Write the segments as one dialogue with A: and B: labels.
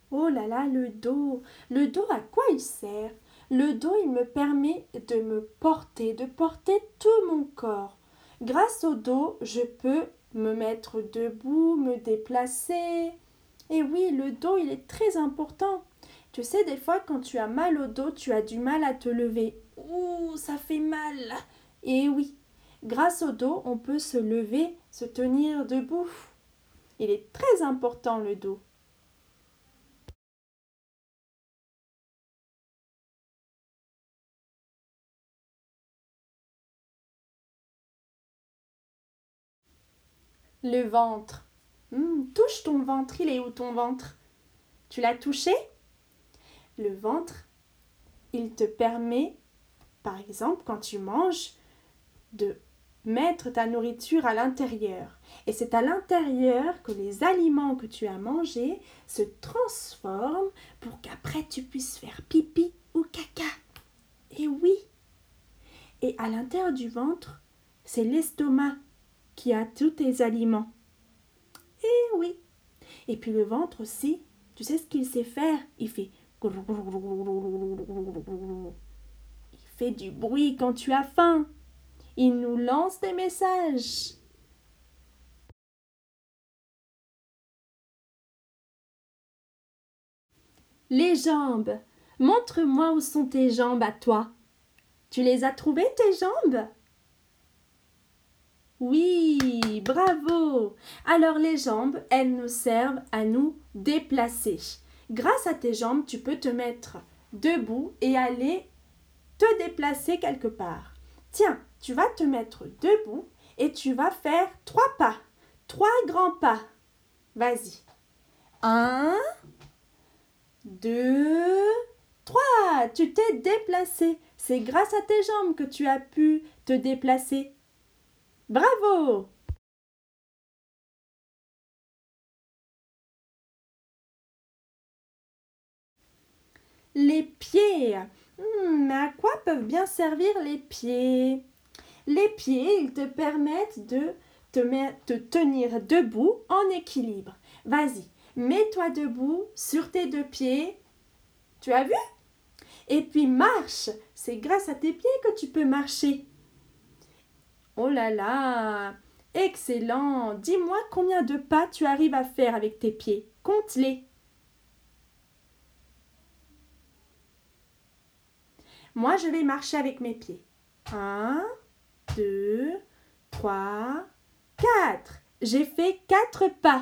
A: Oh là là, le dos. Le dos, à quoi il sert? Le dos, il me permet de me porter, de porter tout mon corps. Grâce au dos, je peux me mettre debout, me déplacer. Et oui, le dos, il est très important. Tu sais, des fois, quand tu as mal au dos, tu as du mal à te lever. Ouh, ça fait mal. Et oui, grâce au dos, on peut se lever, se tenir debout. Il est très important, le dos. Le ventre. Touche ton ventre, il est où ton ventre? Tu l'as touché? Le ventre, il te permet, par exemple, quand tu manges, de mettre ta nourriture à l'intérieur. Et c'est à l'intérieur que les aliments que tu as mangés se transforment pour qu'après tu puisses faire pipi ou caca. Et oui. Et à l'intérieur du ventre, c'est l'estomac qui a tous tes aliments. Et oui. Et puis le ventre aussi, tu sais ce qu'il sait faire? Il fait du bruit quand tu as faim. Il nous lance des messages. Les jambes. Montre-moi où sont tes jambes à toi. Tu les as trouvées, tes jambes? Oui, bravo. Alors les jambes, elles nous servent à nous déplacer. Grâce à tes jambes, tu peux te mettre debout et aller te déplacer quelque part. Tiens, tu vas te mettre debout et tu vas faire 3 pas. 3 grands pas. Vas-y. 1, 2, 3. Tu t'es déplacé. C'est grâce à tes jambes que tu as pu te déplacer. Bravo! Les pieds. Mais à quoi peuvent bien servir les pieds? Les pieds, ils te permettent de te tenir debout en équilibre. Vas-y, mets-toi debout sur tes 2 pieds. Tu as vu? Et puis marche. C'est grâce à tes pieds que tu peux marcher. Oh là là! Excellent! Dis-moi combien de pas tu arrives à faire avec tes pieds. Compte-les. Moi, je vais marcher avec mes pieds. 1, 2, 3, 4. J'ai fait 4 pas.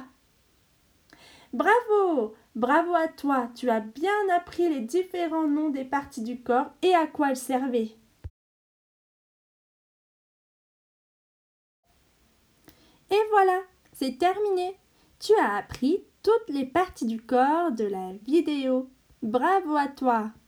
A: Bravo! Bravo à toi. Tu as bien appris les différents noms des parties du corps et à quoi elles servaient. Et voilà, c'est terminé. Tu as appris toutes les parties du corps de la vidéo. Bravo à toi!